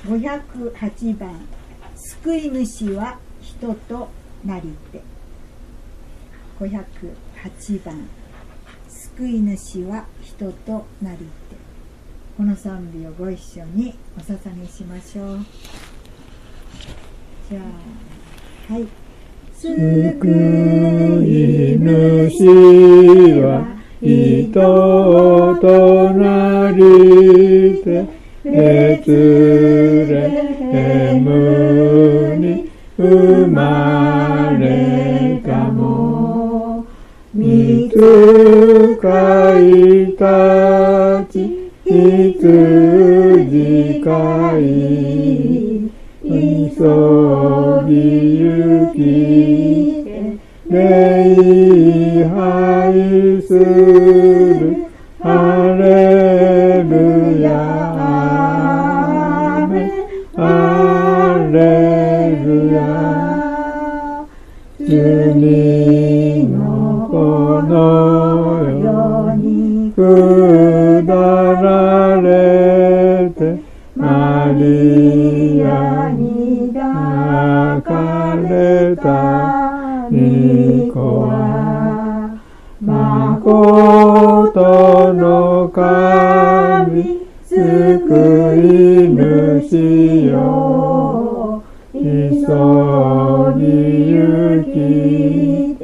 508番救い主は人となりて。508番救い主は人となりて。この賛美をご一緒にお捧げしましょう。じゃあ、はい。救い主は人となりて、ベツレヘムに生まれたも、御使いたち羊飼い、急ぎ行き礼拝する。ハレルヤアーメン、ハレルヤ。主にのこの世に下られて、マリアに抱かれた御子は、まことの神、救い主よ。急ぎ行き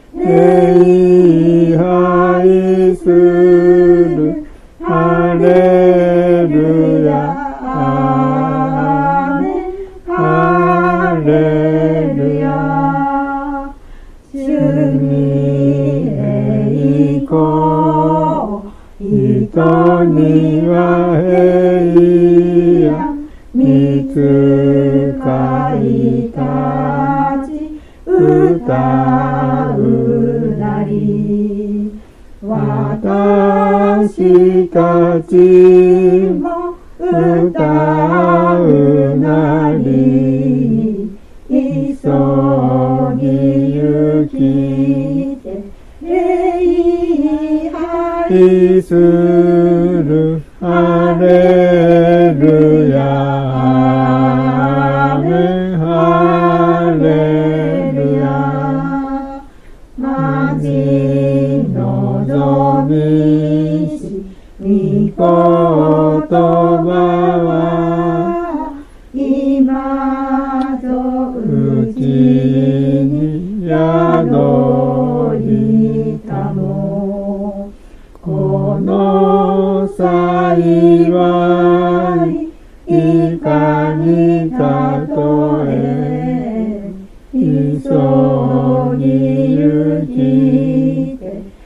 礼拝する。ハレルヤアーメン、ハレルヤ。主に栄光、人には平安。御使いたち歌うなり。私たちも歌うなり。急ぎ行き礼拝する。ハレルヤアーメン、ハレルヤ。待ち望みし御言葉は、今ぞうちに宿りたも。この幸い、いかにたとえ、急ぎ行き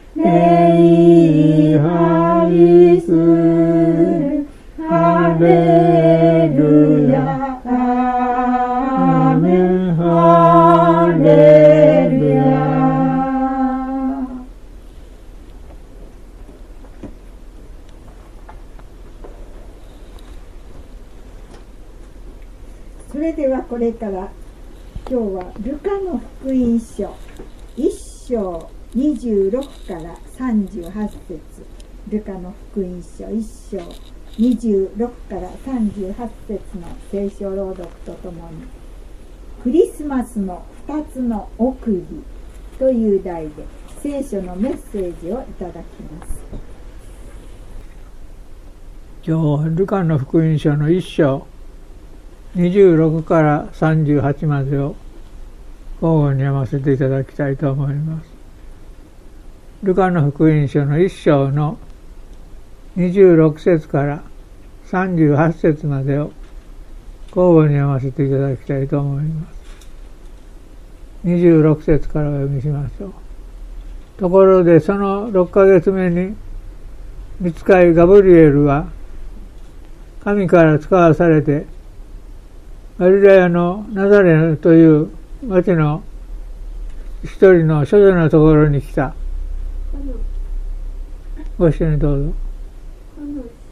礼拝する。ハレルヤアーメン、ハレルヤ。それではこれから今日はルカの福音書1章26から38節、ルカの福音書1章26から38節の聖書朗読とともに、クリスマスの2つの贈りという題で聖書のメッセージをいただきます。 今日はルカの福音書の1章26から38までを交互に読ませていただきたいと思います。ルカの福音書の1章の26節から38節までを交互に読ませていただきたいと思います。26節からお読みしましょう。ところでその6ヶ月目に、御使いガブリエルは神から使わされて、ガリラヤのナザレという町の一人の処女のところに来た。ご一緒にどうぞ。 こ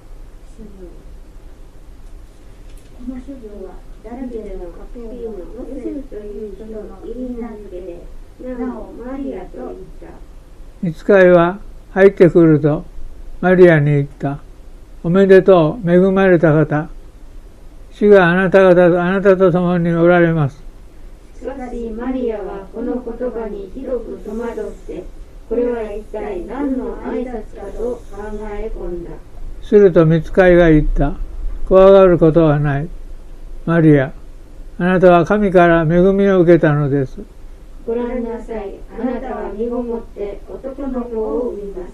の処女はダビデのカペリウムヨセフという人のいりなずけで、なおマリアと言った。 御使いは入ってくるとマリアに言った。おめでとう、恵まれた方。 主があなたと共におられます。 しかしマリアはこの言葉にひどく戸惑って、これは一体何の挨拶かと考え込んだ。 すると御使いが言った。怖がることはない。マリア、あなたは神から恵みを受けたのです。 ご覧なさい、あなたは身ごもって男の子を産みます。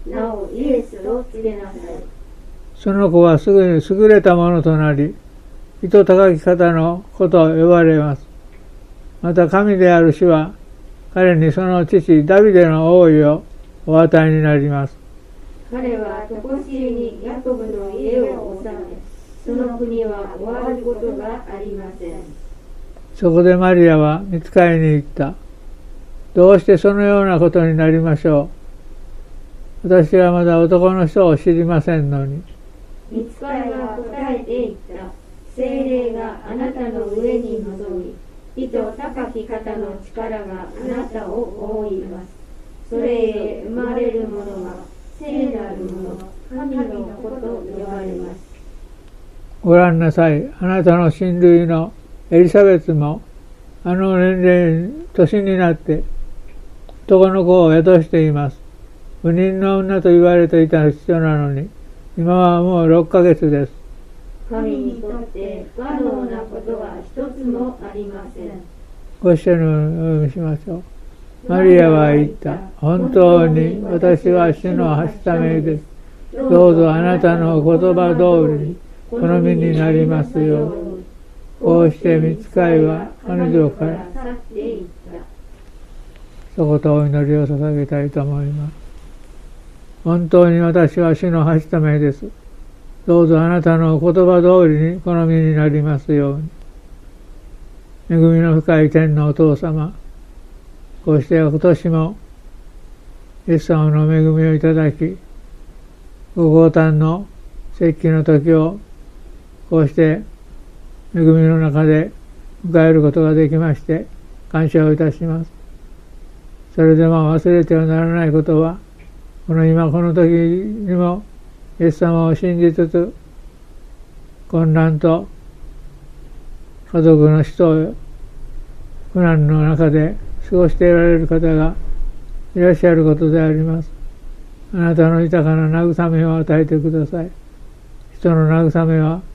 なおイエスを告げなさい。 その子はすぐに優れたものとなり、糸高き方の子と呼ばれます。また神である主は、彼にその父ダビデの王位をお与えになります。 彼は常しえにヤコブの家を治め、その国は終わることがありません。 そこでマリアは御使いに言った。どうしてそのようなことになりましょう。私はまだ男の人を知りませんのに。 御使いは答えて言った。聖霊があなたの上に臨み、糸高き方の力があなたを覆います。それへ生まれるものは聖なるもの、神の子と呼ばれます。 ご覧なさい。あなたの親類のエリザベスもあの年齢年になって男の子を宿しています。不妊の女と言われていた人なのに、今はもう6ヶ月です。 神にとって不可能なことは一つもありません。 ご一緒にお読みしましょう。マリアは言った。本当に私は主のはしためです。どうぞあなたの言葉通りに好みになりますように。こうして御使いは彼女から去っていった。 そことお祈りを捧げたいと思います。本当に私は主のはしためです。どうぞあなたの言葉通りに好みになりますように。恵みの深い天のお父様、こうして今年もイエス様の恵みをいただき、ご降誕の節期の時をこうして恵みの中で迎えることができまして感謝をいたします。それでも忘れてはならないことは、この時にもイエス様を信じつつ混乱と家族の死と苦難の中で過ごしていられる方がいらっしゃることであります。あなたの豊かな慰めを与えてください。人の慰めは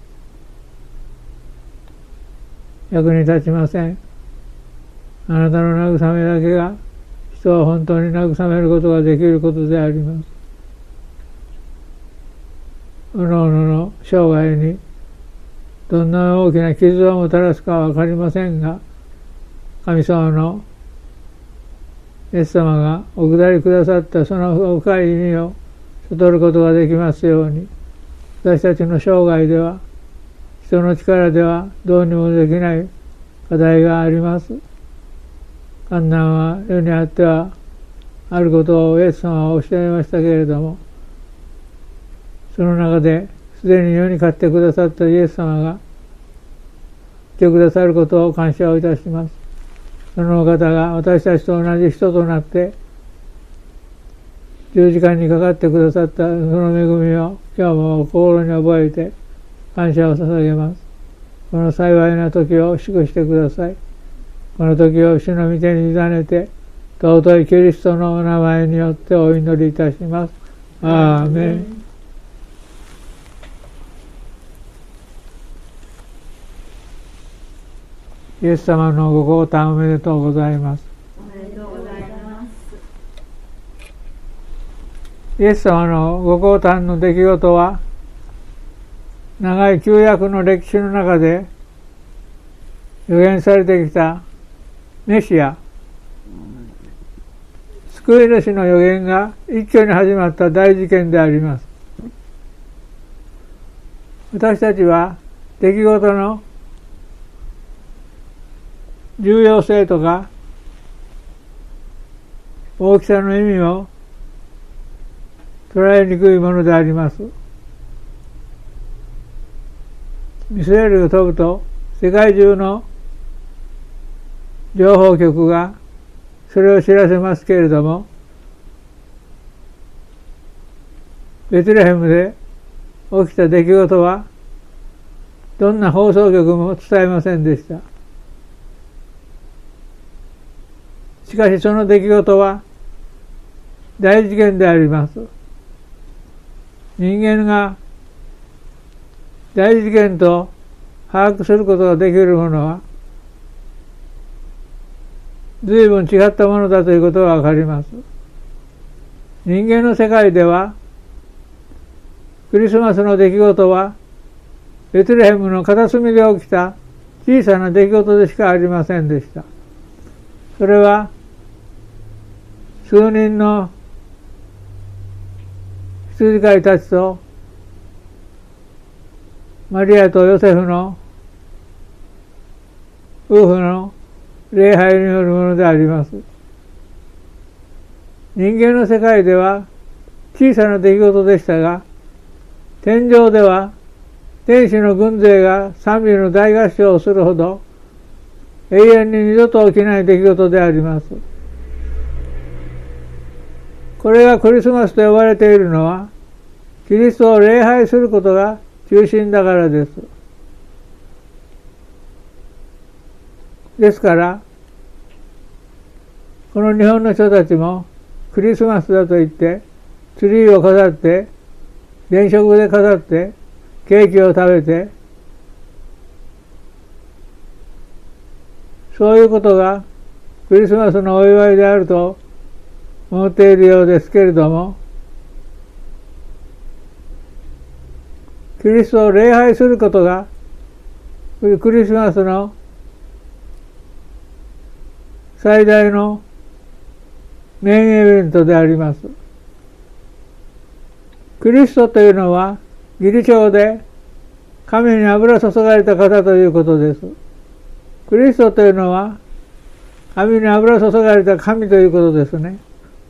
役に立ちません。あなたの慰めだけが人を本当に慰めることができることであります。おのおのの生涯にどんな大きな傷をもたらすかは分かりませんが、神様のイエス様がお下りくださったその深い意味を悟ることができますように、私たちの生涯では人の力ではどうにもできない課題があります。困難は世にあってはあることをイエス様はおっしゃいましたけれども、その中ですでに世に勝ってくださったイエス様が来てくださることを感謝をいたします。その方が私たちと同じ人となって十字架にかかってくださったその恵みを今日も心に覚えて感謝を捧げます。この幸いな時を祝してください。この時を主の御手に委ねて尊いキリストのお名前によってお祈りいたします。アーメン。イエス様のご降誕おめでとうございます。 おめでとうございます。 イエス様のご降誕の出来事は長い旧約の歴史の中で予言されてきたメシア、救い主の予言が一挙に始まった大事件であります。私たちは出来事の重要性とか大きさの意味を捉えにくいものであります。ミサイルが飛ぶと世界中の情報局がそれを知らせますけれども、ベツレヘムで起きた出来事はどんな放送局も伝えませんでした。しかしその出来事は大事件であります。人間が大事件と把握することができるものは随分違ったものだということがわかります。人間の世界ではクリスマスの出来事はベツレヘムの片隅で起きた小さな出来事でしかありませんでした。それは数人の羊飼いたちとマリアとヨセフの夫婦の礼拝によるものであります。人間の世界では小さな出来事でしたが、天上では天使の軍勢が賛美の大合唱をするほど永遠に二度と起きない出来事であります。これがクリスマスと呼ばれているのは、キリストを礼拝することが中心だからです。ですから、この日本の人たちもクリスマスだと言って、ツリーを飾って、電飾で飾って、ケーキを食べて、そういうことがクリスマスのお祝いであると思っているようですけれども、キリストを礼拝することがクリスマスの最大のメインイベントであります。クリストというのはギリシャ語で神に油注がれた方ということです。クリストというのは神に油注がれた神ということですね。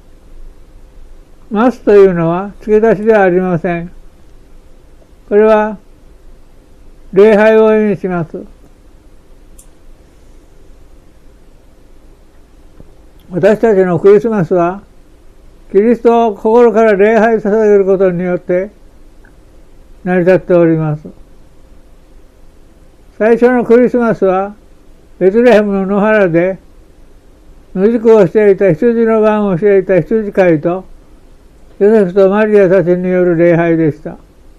マスというのは付け出しではありません。これは礼拝を意味します。私たちのクリスマスはキリストを心から礼拝捧げることによって成り立っております。最初のクリスマスはベツレヘムの野原で野宿をしていた羊の番をしていた羊飼いとヨセフとマリアたちによる礼拝でした。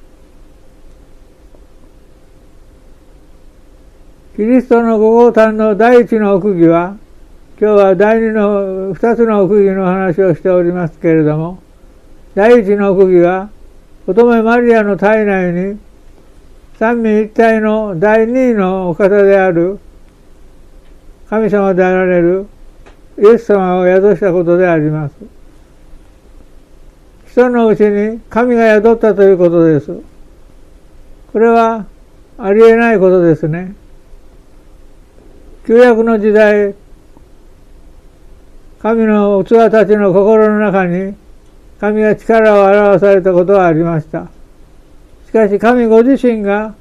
キリストのご降誕の第一の奥義は、今日は第二の二つの奥義の話をしておりますけれども、第一の奥義は乙女マリアの体内に三位一体の第二のお方である神様であられるイエス様を宿したことであります。人のうちに神が宿ったということです。これはありえないことですね。旧約の時代、神の器たちの心の中に神が力を表されたことはありました。しかし神ご自身が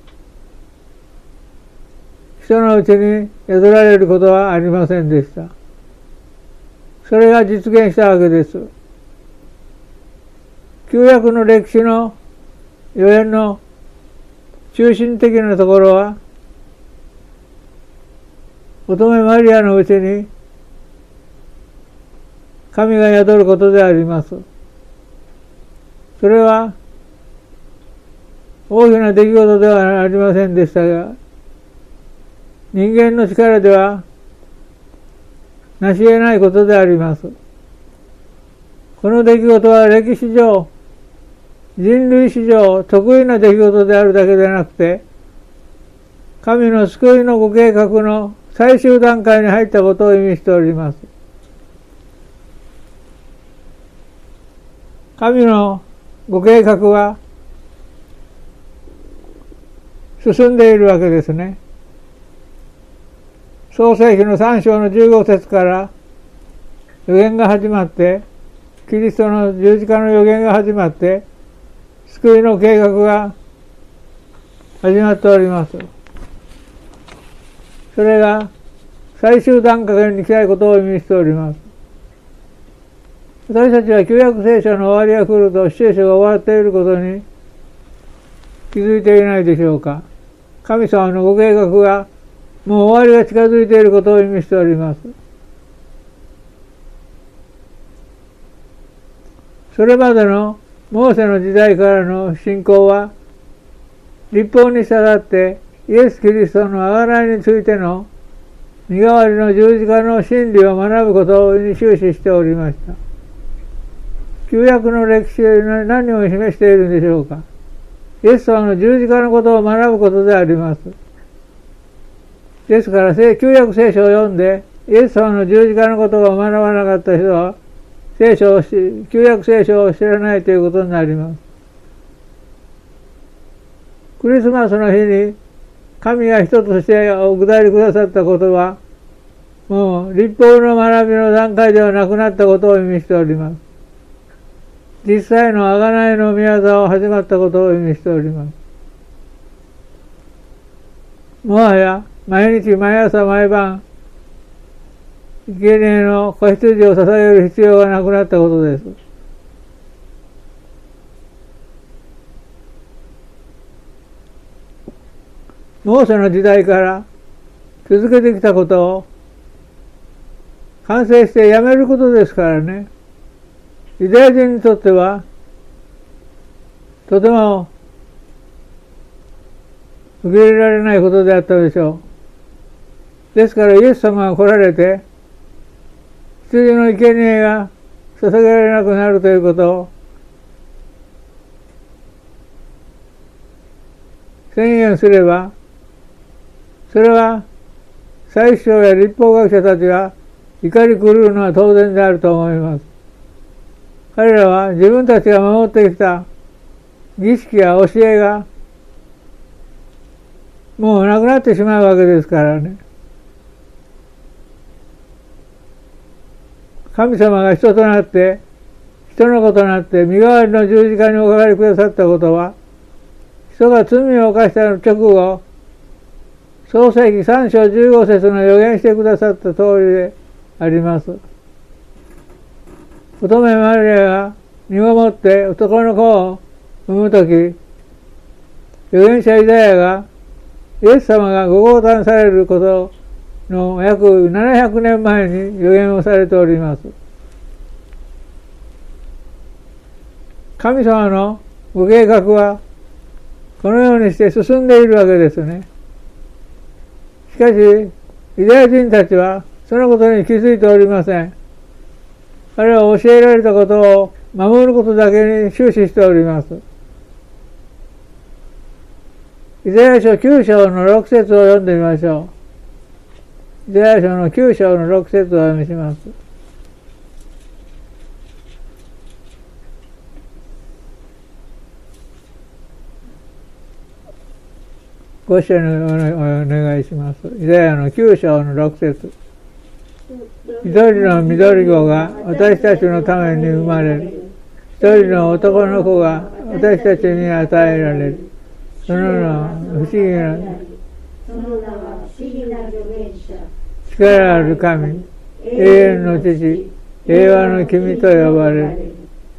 人のうちに宿られることはありませんでした。それが実現したわけです。旧約の歴史の予言の中心的なところは、乙女マリアのうちに神が宿ることであります。それは大きな出来事ではありませんでしたが、人間の力では成し得ないことであります。この出来事は歴史上、人類史上得意な出来事であるだけでなくて、神の救いのご計画の最終段階に入ったことを意味しております。神のご計画は進んでいるわけですね。創世記の3章の15節から予言が始まって、キリストの十字架の予言が始まって、救いの計画が始まっております。それが最終段階に近いことを意味しております。私たちは旧約聖書の終わりが来ると聖書が終わっていることに気づいていないでしょうか。 神様のご計画がもう終わりが近づいていることを意味しております。それまでのモーセの時代からの信仰は、律法に従ってイエス・キリストの贖いについての身代わりの十字架の真理を学ぶことに終始しておりました。旧約の歴史は何を示しているんでしょうか。イエス様の十字架のことを学ぶことであります。ですから、旧約聖書を読んで、イエス様の十字架のことを学ばなかった人は、旧約聖書を知らないということになります。クリスマスの日に、神が人としてお下りくださったことは、もう律法の学びの段階ではなくなったことを意味しております。実際の贖いの御業を始まったことを意味しております。もはや毎日毎朝毎晩生贄の子羊を捧げる必要がなくなったことです。モーセの時代から続けてきたことを完成してやめることですからね。ユダヤ人にとってはとても受け入れられないことであったでしょう。ですからイエス様が来られて羊の生贄が捧げられなくなるということを宣言すれば、それは祭司長や律法学者たちが怒り狂うのは当然であると思います。彼らは自分たちが守ってきた儀式や教えがもうなくなってしまうわけですからね。神様が人となって、人の子となって身代わりの十字架におかかりくださったことは、人が罪を犯した直後、創世記3章15節の予言してくださった通りであります。乙女マリアが身ごもって男の子を産むとき、預言者イザヤがイエス様がご降誕されることの約700年前に予言をされております。神様のご計画はこのようにして進んでいるわけですね。しかしユダヤ人たちはそのことに気づいておりません。彼は教えられたことを守ることだけに終始しております。イザヤ書9章の6節を読んでみましょう。イザヤ書の9章の6節をお読みします。ご一緒にお願いします。イザヤの9章の6節。一人の緑子が私たちのために生まれる。一人の男の子が私たちに与えられる。その名は不思議な、力ある神、永遠の父、平和の君と呼ばれる。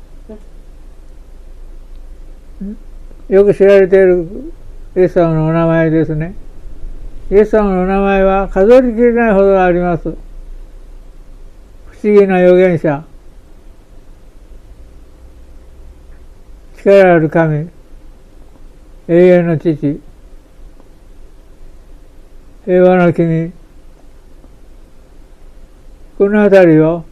よく知られているイエス様のお名前ですね。イエス様のお名前は数えきれないほどあります。不思議な預言者、力ある神、永遠の父、平和の君、このあたりを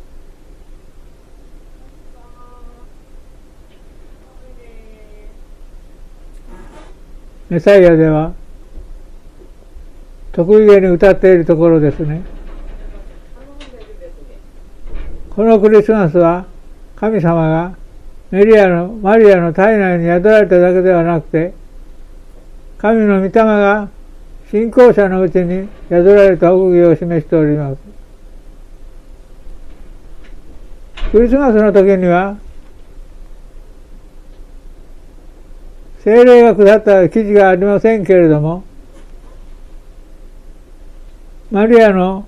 メサイアでは得意げに歌っているところですね。このクリスマスは神様がマリアの体内に宿られただけではなくて、神の御霊が信仰者のうちに宿られた奥義を示しております。クリスマスの時には聖霊が下った記事がありませんけれども、マリアの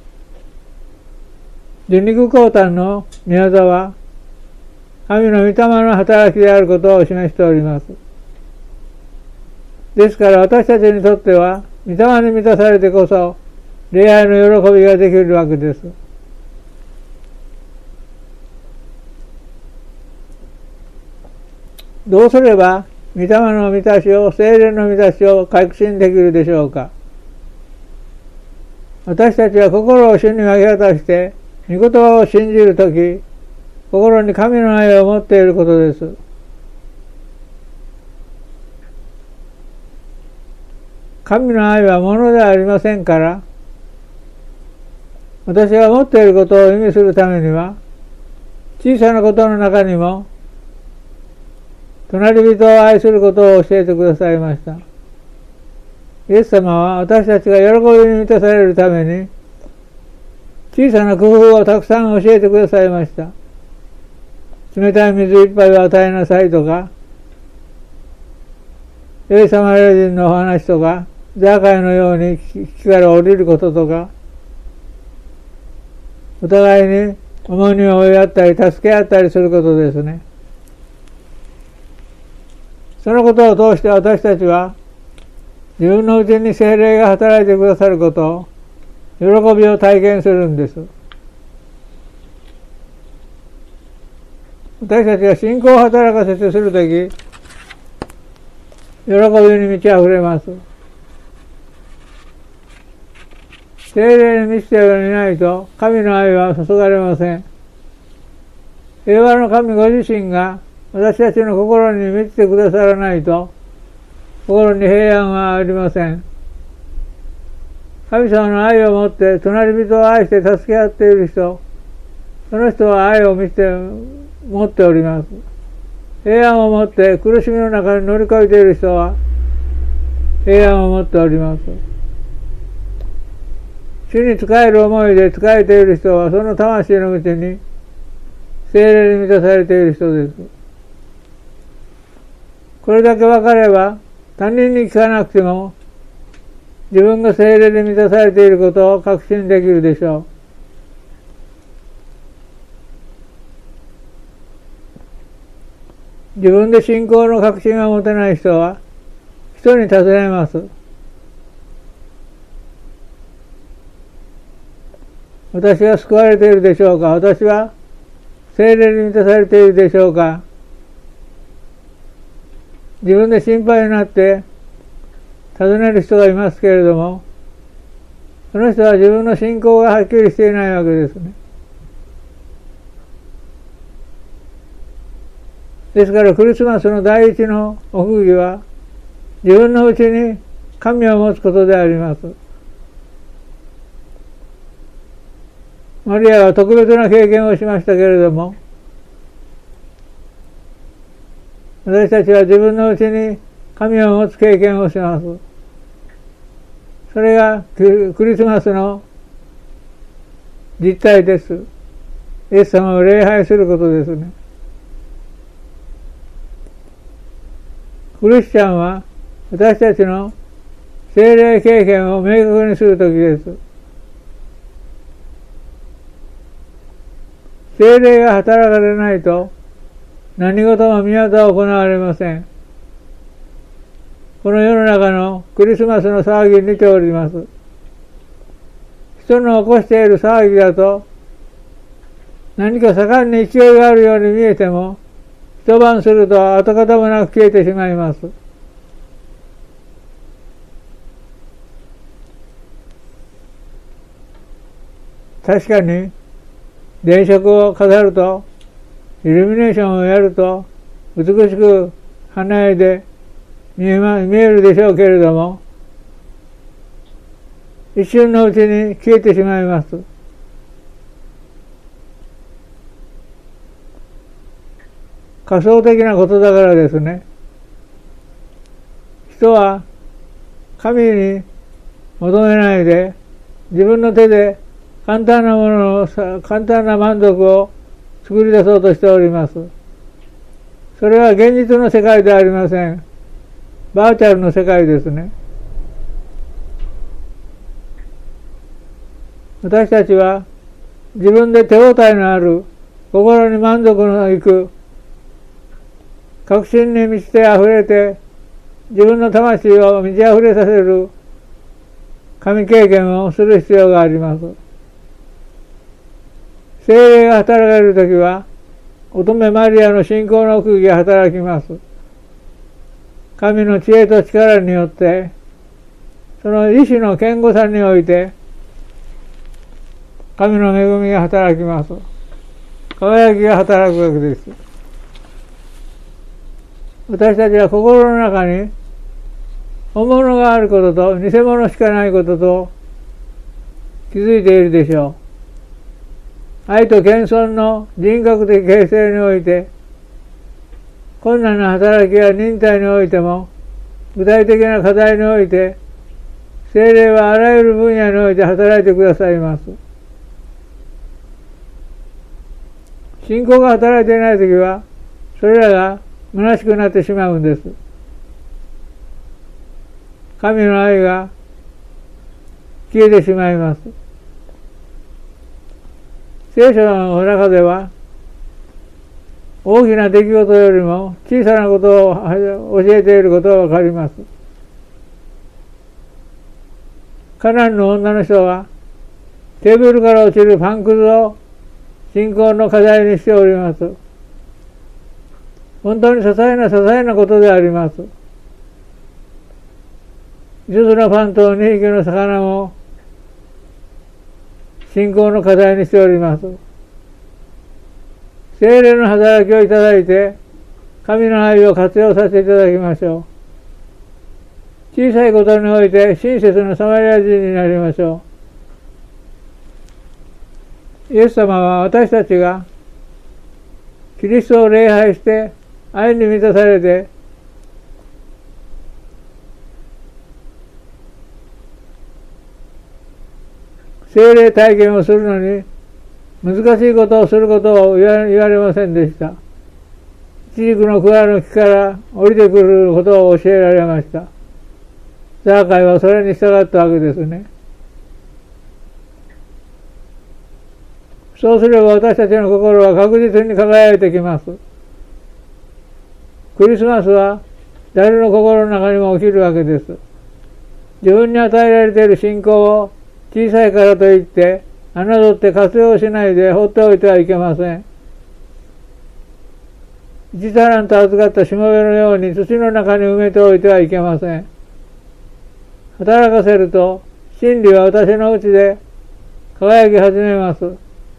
受肉降誕の御業は神の御霊の働きであることを示しております。 ですから私たちにとっては、御霊に満たされてこそ、礼拝の喜びができるわけです。どうすれば、御霊の満たしを、聖霊の満たしを確信できるでしょうか。私たちは心を主に分け渡して、御言葉を信じるとき、心に神の愛を持っていることです。神の愛は物ではありませんから、私が持っていることを意味するためには、小さなことの中にも、隣人を愛することを教えてくださいました。イエス様は私たちが喜びに満たされるために、小さな工夫をたくさん教えてくださいました。冷たい水一杯を与えなさいとか、エリサマリア人のお話とか、ザーカイのように木から降りることとか、お互いに重荷を追い合ったり助け合ったりすることですね。そのことを通して私たちは自分のうちに聖霊が働いてくださることを、喜びを体験するんです。私たちが信仰を働かせてするとき、喜びに満ち溢れます。聖霊に満ちていないと神の愛は注がれません。平和の神ご自身が私たちの心に満ちてくださらないと、心に平安はありません。神様の愛を持って隣人を愛して助け合っている人、その人は愛を持っております。平安を持って苦しみの中に乗り越えている人は平安を持っております。主に仕える思いで仕えている人はその魂のうちに聖霊に満たされている人です。これだけ分かれば他人に聞かなくても自分が聖霊で満たされていることを確信できるでしょう。自分で信仰の確信を持てない人は人に尋ねます。私は救われているでしょうか。私は聖霊に満たされているでしょうか。自分で心配になって尋ねる人がいますけれども、その人は自分の信仰がはっきりしていないわけですね。ですからクリスマスの第一の奥義は自分のうちに神を持つことであります。マリアは特別な経験をしましたけれども、私たちは自分のうちに神を持つ経験をします。それがクリスマスの実態です。イエス様を礼拝することですね。クリスチャンは私たちの聖霊経験を明確にするときです。聖霊が働かれないと何事も宮田は行われません。この世の中のクリスマスの騒ぎに似ております。人の起こしている騒ぎだと何か盛んに勢いがあるように見えても一晩すると跡形もなく消えてしまいます。確かに電飾を飾るとイルミネーションをやると美しく華やいで見えるでしょうけれども、一瞬のうちに消えてしまいます。仮想的なことだからですね。人は神に求めないで自分の手で簡単な満足を作り出そうとしております。それは現実の世界ではありません。バーチャルの世界ですね。私たちは自分で手応えのある、心に満足のいく、確信に満ちて溢れて自分の魂を満ち溢れさせる神経験をする必要があります。聖霊が働かれるときは、乙女マリアの信仰の奥義が働きます。神の知恵と力によって、その意志の堅固さにおいて、神の恵みが働きます。輝きが働くわけです。私たちは心の中に本物があることと偽物しかないことと気づいているでしょう。愛と謙遜の人格的形成において、困難な働きや忍耐においても、具体的な課題において、聖霊はあらゆる分野において働いてくださいます。信仰が働いていないときは、それらが虚しくなってしまうんです。神の愛が消えてしまいます。聖書の中では、大きな出来事よりも小さなことを教えていることがわかります。カナンの女の人は、テーブルから落ちるパンくずを信仰の課題にしております。本当に些細なことであります。一つのパンと2匹の魚も信仰の課題にしております。聖霊の働きをいただいて、神の愛を活用させていただきましょう。小さいことにおいて親切なサマリア人になりましょう。イエス様は私たちがキリストを礼拝して愛に満たされて聖霊体験をするのに難しいことをすることを言われませんでした。イチジクの桑の木から降りてくることを教えられました。ザーカイはそれに従ったわけですね。そうすれば私たちの心は確実に輝いてきます。クリスマスは誰の心の中にも起きるわけです。自分に与えられている信仰を小さいからといって侮って活用しないで放っておいてはいけません。1タラント預かったしもべのように土の中に埋めておいてはいけません。働かせると真理は私のうちで輝き始めます。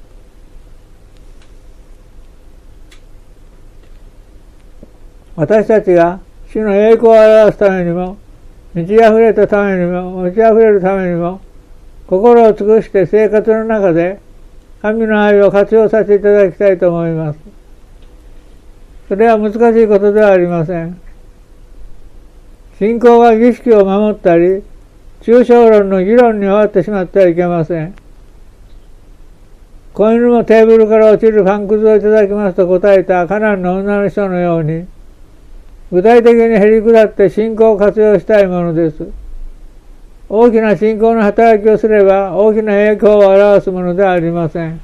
私たちが主の栄光を表すためにも、満ち溢れるためにも、心を尽くして生活の中で神の愛を活用させていただきたいと思います。それは難しいことではありません。信仰が儀式を守ったり、抽象論の議論に終わってしまってはいけません。子犬もテーブルから落ちるパンくずをいただきますと答えたカナンの女の人のように、具体的にへり下って信仰を活用したいものです。大きな信仰の働きをすれば大きな影響を表すものではありません。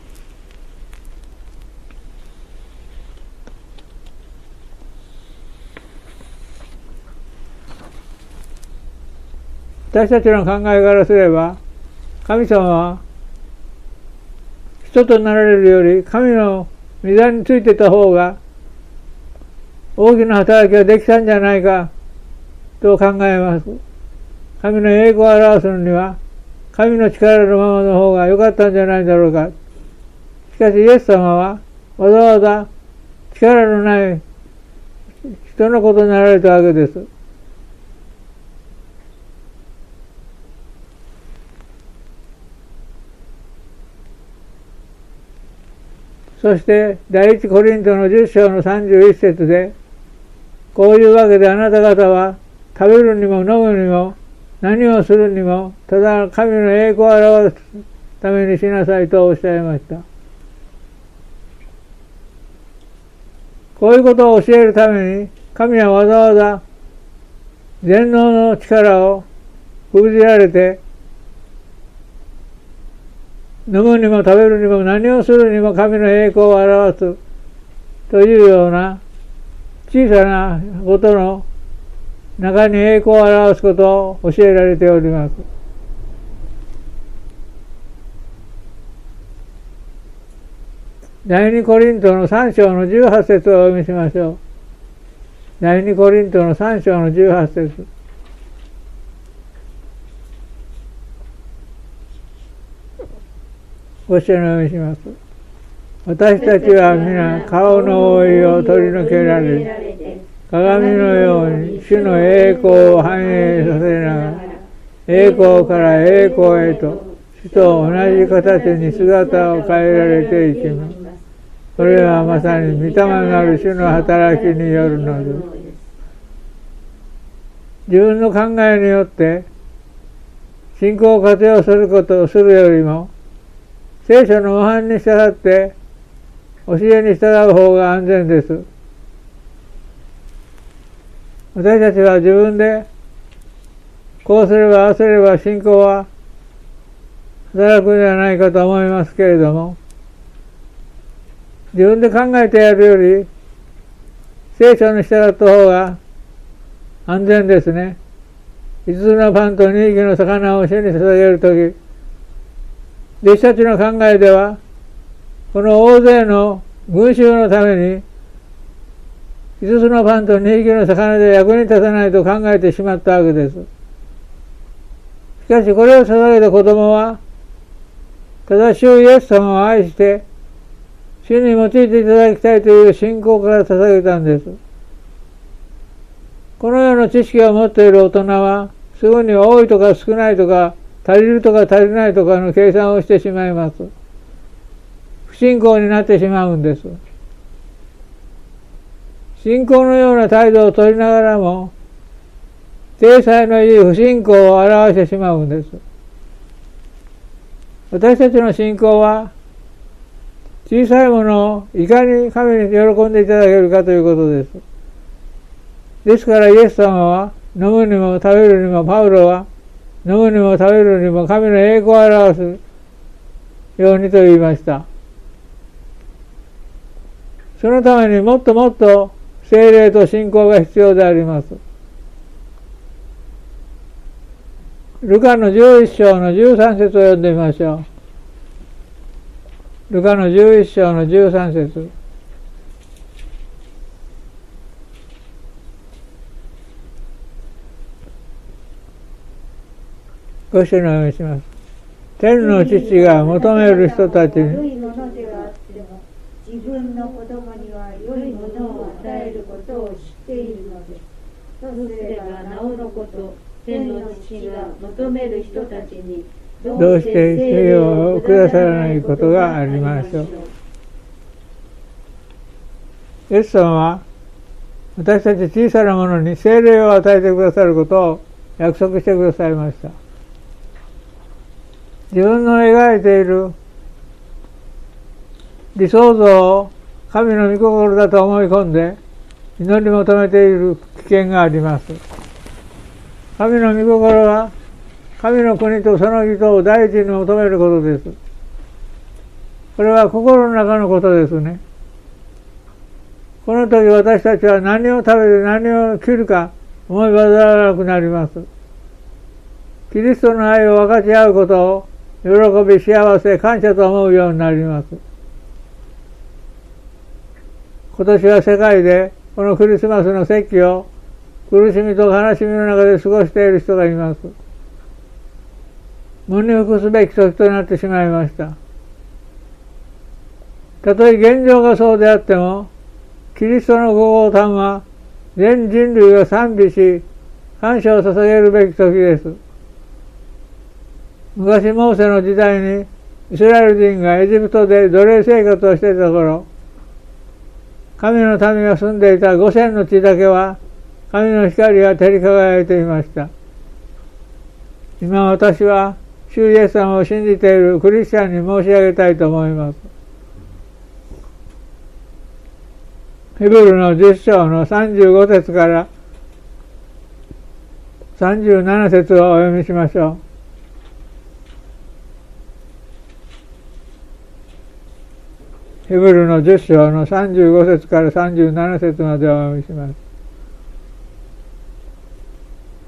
私たちの考えからすれば、神様は人となられるより神の御座についてた方が大きな働きができたんじゃないかと考えます。神の栄光を表すのには神の力のままの方が良かったんじゃないだろうか。しかしイエス様はわざわざ力のない人のことになられたわけです。そして第一コリントの10章の31節で、こういうわけであなた方は食べるにも飲むにも何をするにもただ神の栄光を表すためにしなさいとおっしゃいました。こういうことを教えるために神はわざわざ全能の力を封じられて、飲むにも食べるにも何をするにも神の栄光を表すというような小さなことの中に栄光を表すことを教えられております。第二コリントの3章の18節をお読みしましょう。第二コリントの3章の18節。ご一緒にお読みします。私たちは皆顔の覆いを取り除けられ、鏡のように主の栄光を反映させながら、栄光から栄光へと主と同じ形に姿を変えられていきます。これはまさに御霊なる主の働きによるのです。自分の考えによって信仰を活用することをするよりも、聖書の模範に従って教えに従う方が安全です。私たちは自分でこうすればああすれば信仰は働くんじゃないかと思いますけれども、自分で考えてやるより聖書に従った方が安全ですね。5つのパンと2匹の魚を主に捧げるとき、弟子たちの考えでは、この大勢の群衆のために、5つのパンと2匹の魚で役に立たないと考えてしまったわけです。しかしこれを捧げた子供は、ただ主イエス様を愛して、主に用いていただきたいという信仰から捧げたんです。このような知識を持っている大人は、すぐに多いとか少ないとか、足りるとか足りないとかの計算をしてしまいます。不信仰になってしまうんです。信仰のような態度を取りながらも、体裁のいい不信仰を表してしまうんです。私たちの信仰は、小さいものをいかに神に喜んでいただけるかということです。ですからイエス様は、飲むにも食べるにも、パウロは、飲むにも食べるにも神の栄光を表すようにと言いました。そのためにもっともっと聖霊と信仰が必要であります。ルカの11章の13節を読んでみましょう。ルカの11章の13節。ご一緒にお読みします。天の父が求める人たちに、 良いものではあっても、自分の子供には良いものを与えることを知っているのです。 そうすればなおのこと、天の父が求める人たちにどうして聖霊をくださらないことがありましょう。イエス様は私たち小さなものに聖霊を与えてくださることを約束してくださいました。自分の描いている理想像を神の御心だと思い込んで祈り求めている危険があります。神の御心は神の国とその義とを第一に求めることです。これは心の中のことですね。この時私たちは何を食べて何を切るか思い煩わなくなります。キリストの愛を分かち合うことを喜び、幸せ、感謝と思うようになります。今年は世界でこのクリスマスの節期を苦しみと悲しみの中で過ごしている人がいます。無に服すべき時となってしまいました。たとえ現状がそうであっても、キリストのご降誕は全人類を賛美し、感謝を捧げるべき時です。昔モーセの時代にイスラエル人がエジプトで奴隷生活をしていた頃、神の民が住んでいたゴセンの地だけは神の光が照り輝いていました。今私は主イエス様を信じているクリスチャンに申し上げたいと思います。ヘブルの10章の35節から37節をお読みしましょう。ヘブルの10章の35節から37節までお読みします。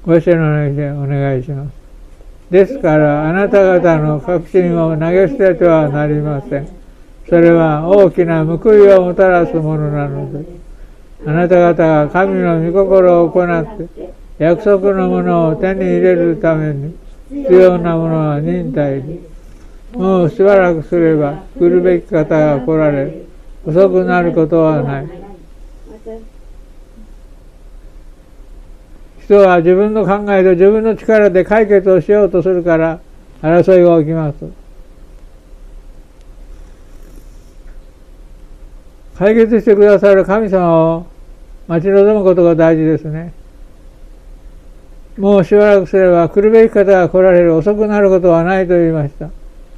ご一緒の願いでお願いします。ですからあなた方の確信を投げ捨ててはなりません。それは大きな報いをもたらすものなのです。あなた方が神の御心を行って約束のものを手に入れるために必要なものは忍耐です。もうしばらくすれば来るべき方が来られ、遅くなることはない。人は自分の考えと自分の力で解決をしようとするから争いが起きます。解決してくださる神様を待ち望むことが大事ですね。もうしばらくすれば来るべき方が来られる、遅くなることはないと言いました。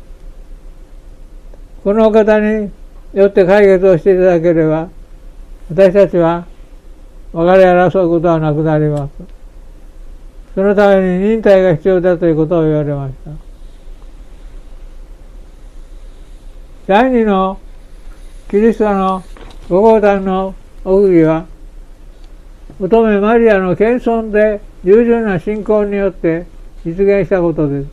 このお方によって解決をしていただければ、私たちは別れ争うことはなくなります。そのために忍耐が必要だということを言われました。第二のキリストのご降誕の奥義は、乙女マリアの謙遜で従順な信仰によって実現したことです。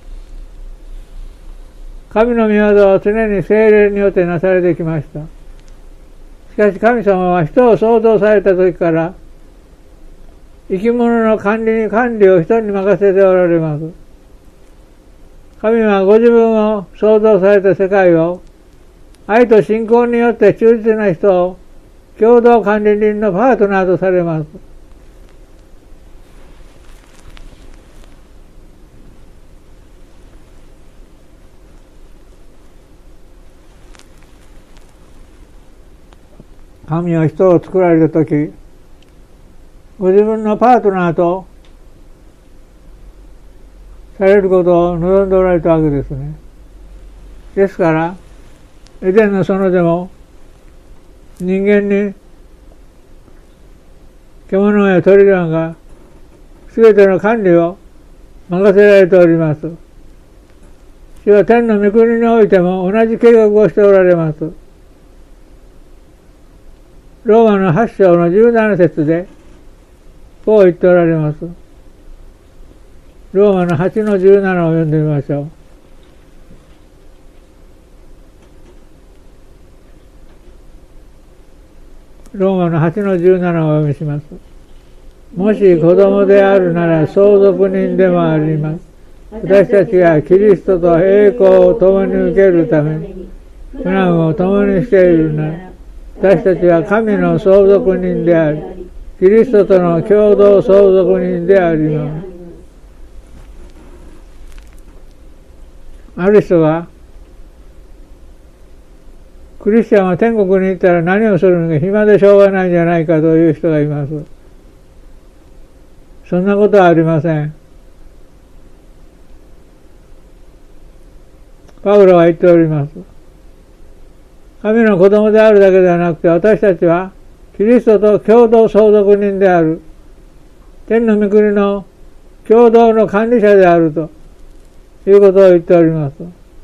神の御業は常に聖霊によってなされてきました。しかし神様は人を創造された時から生き物の管理を人に任せておられます。神はご自分を創造された世界を愛と信仰によって忠実な人を共同管理人のパートナーとされます。神は人を作られたとき、ご自分のパートナーとされることを望んでおられたわけですね。ですから、エデンの園でも人間に獣や鳥らがすべての管理を任せられております。主は天の御国においても同じ計画をしておられます。ローマの8章の17節でこう言っておられます。ローマの8の17を読んでみましょう。ローマの8の17をお読みします。もし子供であるなら相続人でもあります。私たちがキリストと栄光を共に受けるために苦難を共にしているなら、私たちは神の相続人であり、キリストとの共同相続人であります。ある人がクリスチャンは天国に行ったら何をするのか暇でしょうがないんじゃないかという人がいます。そんなことはありません。パウロは言っております。神の子供であるだけではなくて、私たちはキリストと共同相続人である、天の御国の共同の管理者であるということを言っております。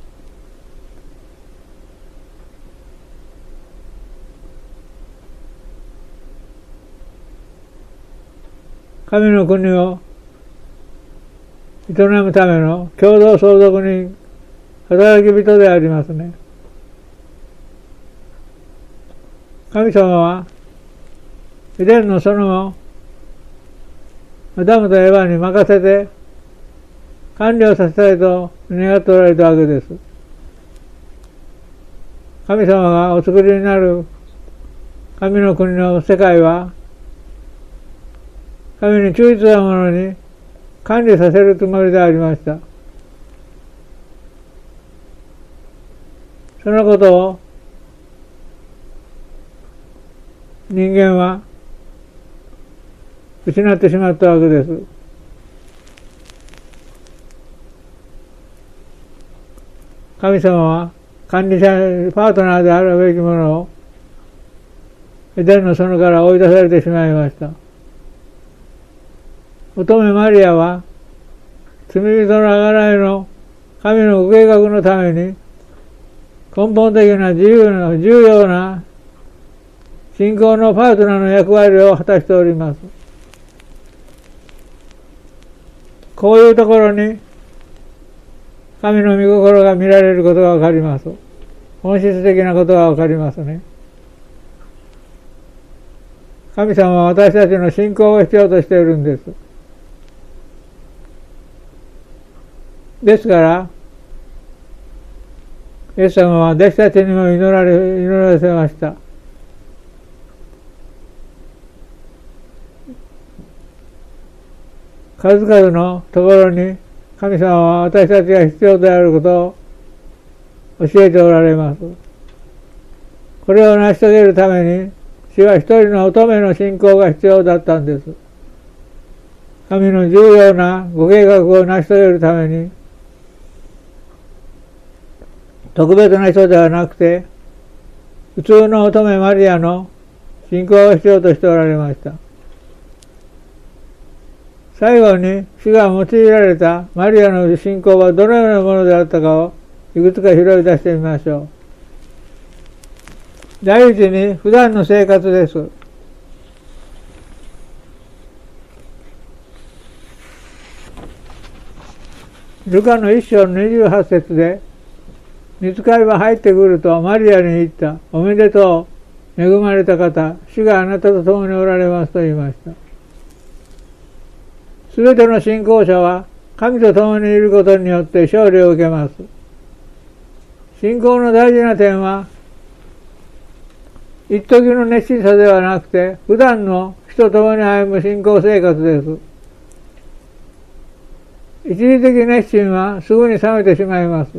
神の国を営むための共同相続人、働き人でありますね。神様はエデンの園をアダムとエバに任せて管理をさせたいと願っておられたわけです。神様がお作りになる神の国の世界は神に忠実なものに管理させるつもりでありました。そのことを人間は失ってしまったわけです。神様は管理者、パートナーであるべきものをエデンの園から追い出されてしまいました。乙女マリアは罪人のあがらいの神のご計画のために根本的な重要な信仰のパートナーの役割を果たしております。 こういうところに神の御心が見られることがわかります。本質的なことがわかりますね。神様は私たちの信仰を必要としているんです。ですから、イエス様は弟子たちにも祈らせました。数々のところに神様は私たちが必要であることを教えておられます。これを成し遂げるために、主は一人の乙女の信仰が必要だったんです。神の重要なご計画を成し遂げるために、特別な人ではなくて、普通の乙女マリアの信仰を必要としておられました。最後に主が用いられたマリアの信仰はどのようなものであったかをいくつか拾い出してみましょう。第一に普段の生活です。ルカの1章の28節で、御使いは入ってくるとマリアに言った。おめでとう、恵まれた方、主があなたと共におられますと言いました。すべての信仰者は神と共にいることによって勝利を受けます。信仰の大事な点は、一時の熱心さではなくて、普段の人と共に歩む信仰生活です。一時的熱心はすぐに冷めてしまいます。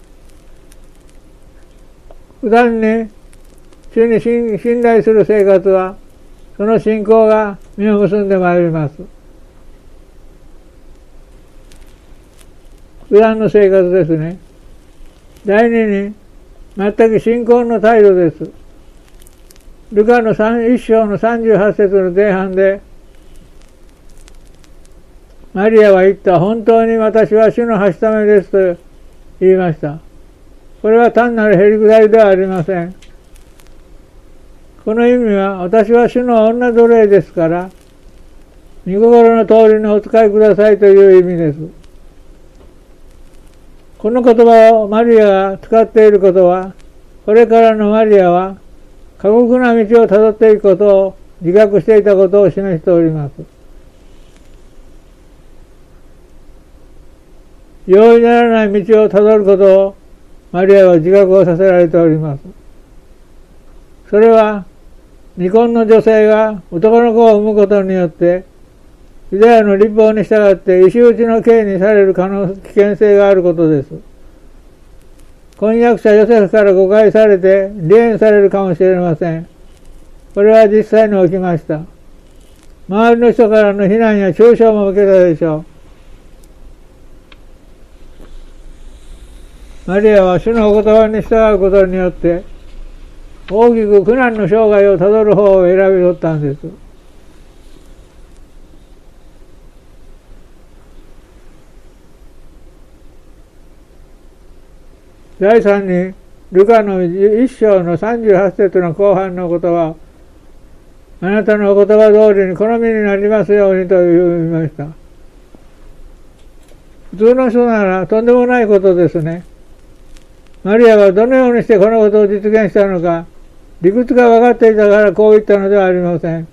普段に主に信頼する生活は、その信仰が実を結んでまいります。普段の生活ですね。第二に、全く信仰の態度です。ルカの1章の38節の前半で、マリアは言った。本当に私は主のはしためですと言いました。これは単なるへりくだりではありません。この意味は、私は主の女奴隷ですから、御心の通りにお使いくださいという意味です。この言葉をマリアが使っていることは、これからのマリアは過酷な道をたどっていくことを自覚していたことを示しております。容易ならない道をたどることをマリアは自覚をさせられております。それは未婚の女性が男の子を産むことによってユダヤの律法に従って石打ちの刑にされる危険性があることです。婚約者ヨセフから誤解されて離縁されるかもしれません。これは実際に起きました。周りの人からの非難や嘲笑も受けたでしょう。マリアは主のお言葉に従うことによって大きく苦難の生涯をたどる方を選び取ったんです。第三に、ルカの1章の38節の後半の言葉、あなたのお言葉通りに好みになりますようにと言いました。普通の人ならとんでもないことですね。マリアはどのようにしてこのことを実現したのか、理屈が分かっていたからこう言ったのではありません。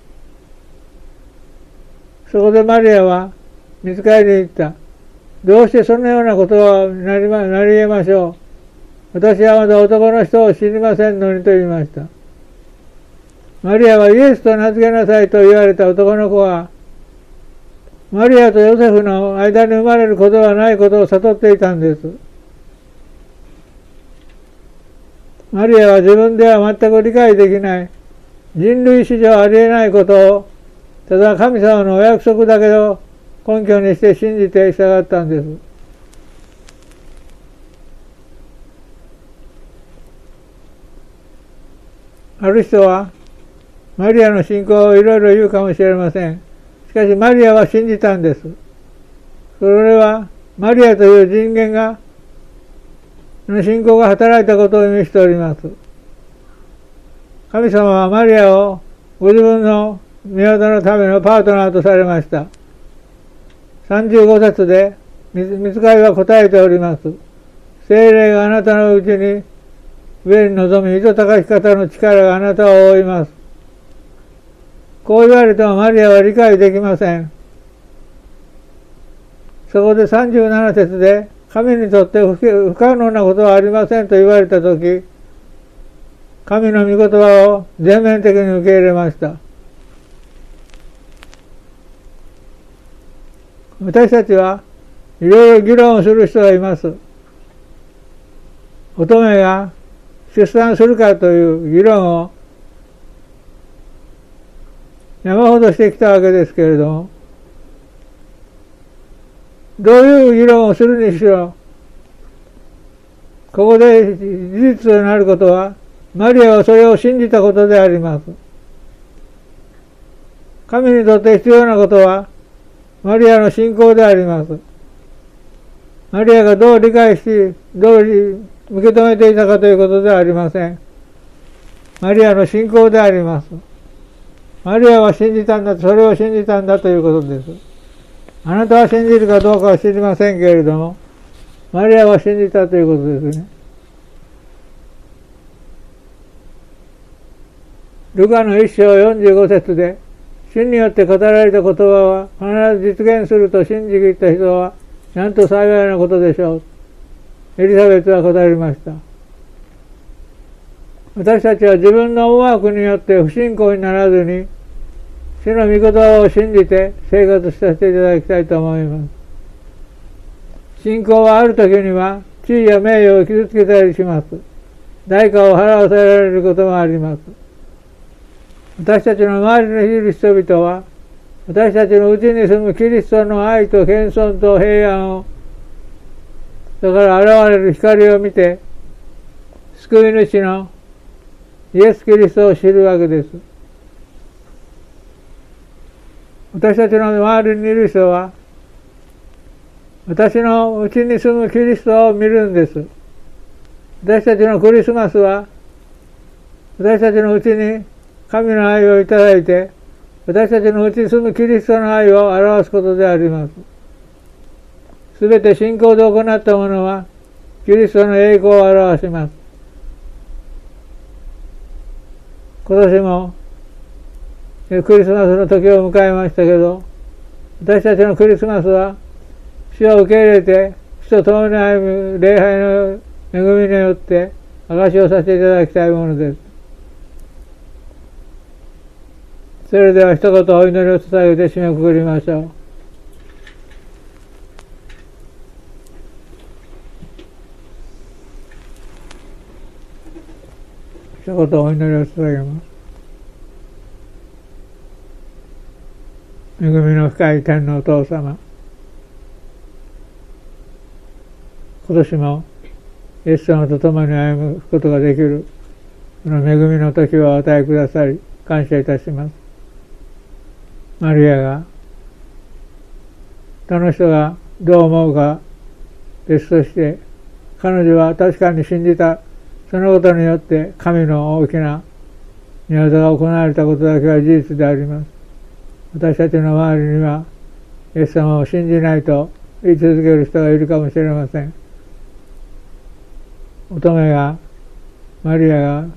そこでマリアは御使いに言った。どうしてそのようなことはなり得ましょう。私はまだ男の人を知りませんのにと言いました。マリアはイエスと名付けなさいと言われた男の子は、マリアとヨセフの間に生まれることはないことを悟っていたんです。マリアは自分では全く理解できない人類史上ありえないことを、ただ神様のお約束だけを根拠にして信じて従ったんです。ある人はマリアの信仰をいろいろ言うかもしれません。しかしマリアは信じたんです。それはマリアという人間がの信仰が働いたことを意味しております。神様はマリアをご自分の御業のためのパートナーとされました。 35節で御使いは答えております。聖霊があなたのうちに上に臨み、糸高き方の力があなたを覆います。こう言われてもマリアは理解できません。そこで37節で、神にとって不可能なことはありませんと言われたとき、神の御言葉を全面的に受け入れました。私たちはいろいろ議論をする人がいます。乙女が出産するかという議論を山ほどしてきたわけですけれども、どういう議論をするにしろ、ここで事実となることは、マリアはそれを信じたことであります。神にとって必要なことは、マリアの信仰であります。マリアがどう理解し、どう受け止めていたかということではありません。マリアの信仰であります。マリアは信じたんだ、それを信じたんだということです。あなたは信じるかどうかは知りませんけれども、マリアは信じたということですね。ルカの1章45節で、主によって語られた言葉は必ず実現すると信じきった人は、なんと幸いなことでしょう。エリザベスは答えました。私たちは自分の思惑によって不信仰にならずに、主の御言葉を信じて生活させていただきたいと思います。信仰はある時には地位や名誉を傷つけたりします。代価を払わせられることもあります。私たちの周りにいる人々は、私たちのうちに住むキリストの愛と謙遜と平安を、それから現れる光を見て、救い主のイエス・キリストを知るわけです。私たちの周りにいる人は、私のうちに住むキリストを見るんです。私たちのクリスマスは、私たちのうちに神の愛をいただいて、私たちのうちに住むキリストの愛を表すことであります。すべて信仰で行ったものは、キリストの栄光を表します。今年もクリスマスの時を迎えましたけど、私たちのクリスマスは、主を受け入れて、主と共に歩む礼拝の恵みによって証しをさせていただきたいものです。それでは一言お祈りを伝えて締めくくりましょう。一言お祈りを捧げます。恵みの深い天のお父様、今年もイエス様と共に歩むことができるその恵みの時をお与えくださり感謝いたします。マリアが他の人がどう思うか別として、彼女は確かに信じた。そのことによって神の大きな御業が行われたことだけは事実であります。私たちの周りにはイエス様を信じないと言い続ける人がいるかもしれません。乙女が、マリアが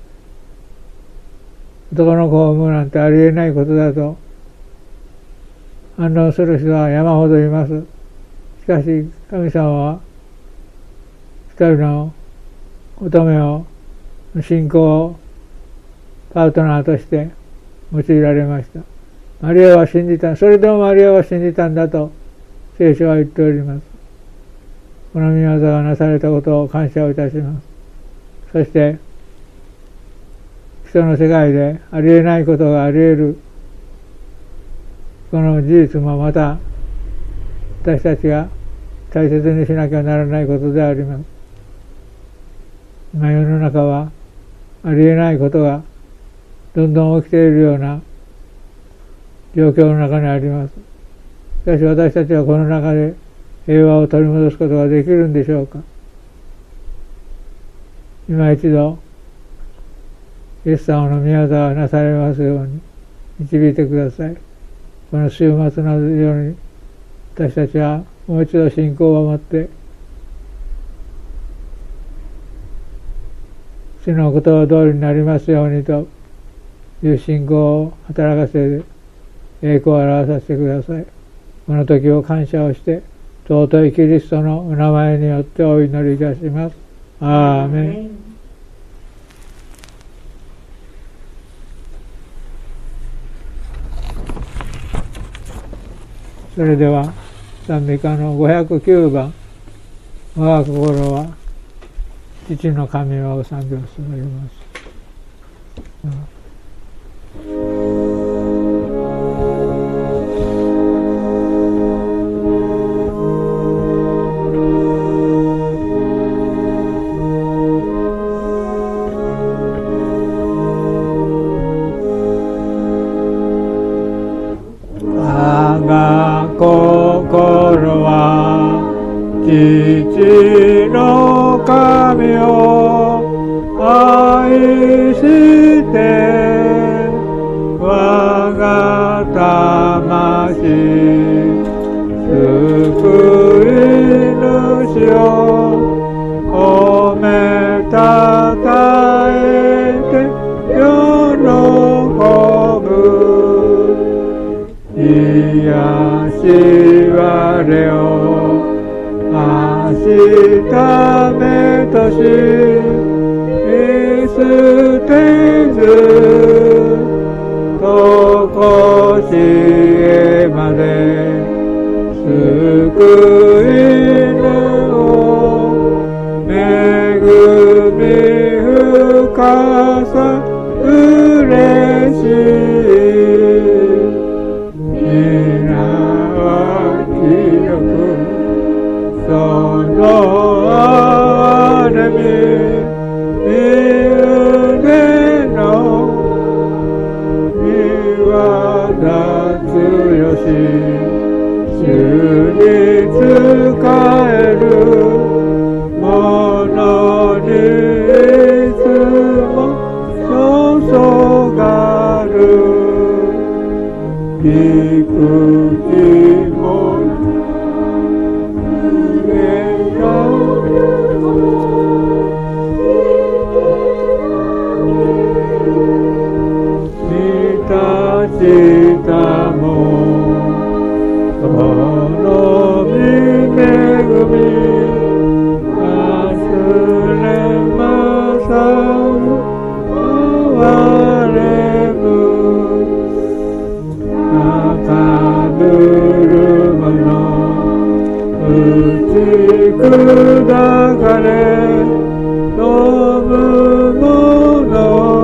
男の子を産むなんてありえないことだと反論する人は山ほどいます。しかし神様は一人の乙女を信仰をパートナーとして用いられました。マリアは信じた。それでもマリアは信じたんだと聖書は言っております。この御業がなされたことを感謝をいたします。そして人の世界でありえないことがあり得るこの事実もまた私たちが大切にしなきゃならないことであります。今世の中はありえないことがどんどん起きているような状況の中にあります。しかし私たちはこの中で平和を取り戻すことができるんでしょうか。今一度イエス様の御業がなされますように導いてください。この週末のように私たちはもう一度信仰を持って主の言葉通りになりますようにという信仰を働かせて栄光を表させてください。この時を感謝をして尊いキリストのお名前によってお祈りいたします。アーメン。それでは賛美歌の509番「我が心は父の神を賛美をしております。我が心は父の神を愛して我が魂救い主を褒めたたえて喜ぶ癒し我を明日めとし見捨てずとこしえまで救いぬを恵み深さ嬉しい皆は清くその憐れみ身腕の見業強し主に仕える者にいつも注がる幾きもしたもその御恵み忘れまさぬ哀れむ高ぶる者打ち砕かれ飛ぶ者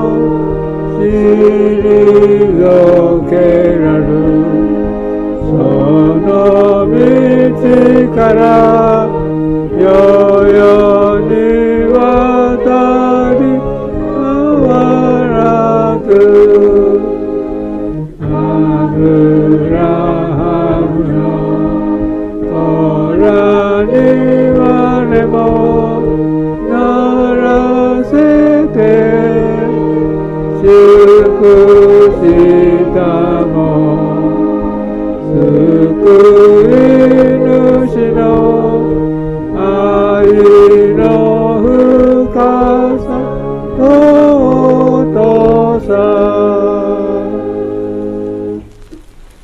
退けらるその道から世々に渡り変わらずアブラハムの子らに我もならせて祝したも救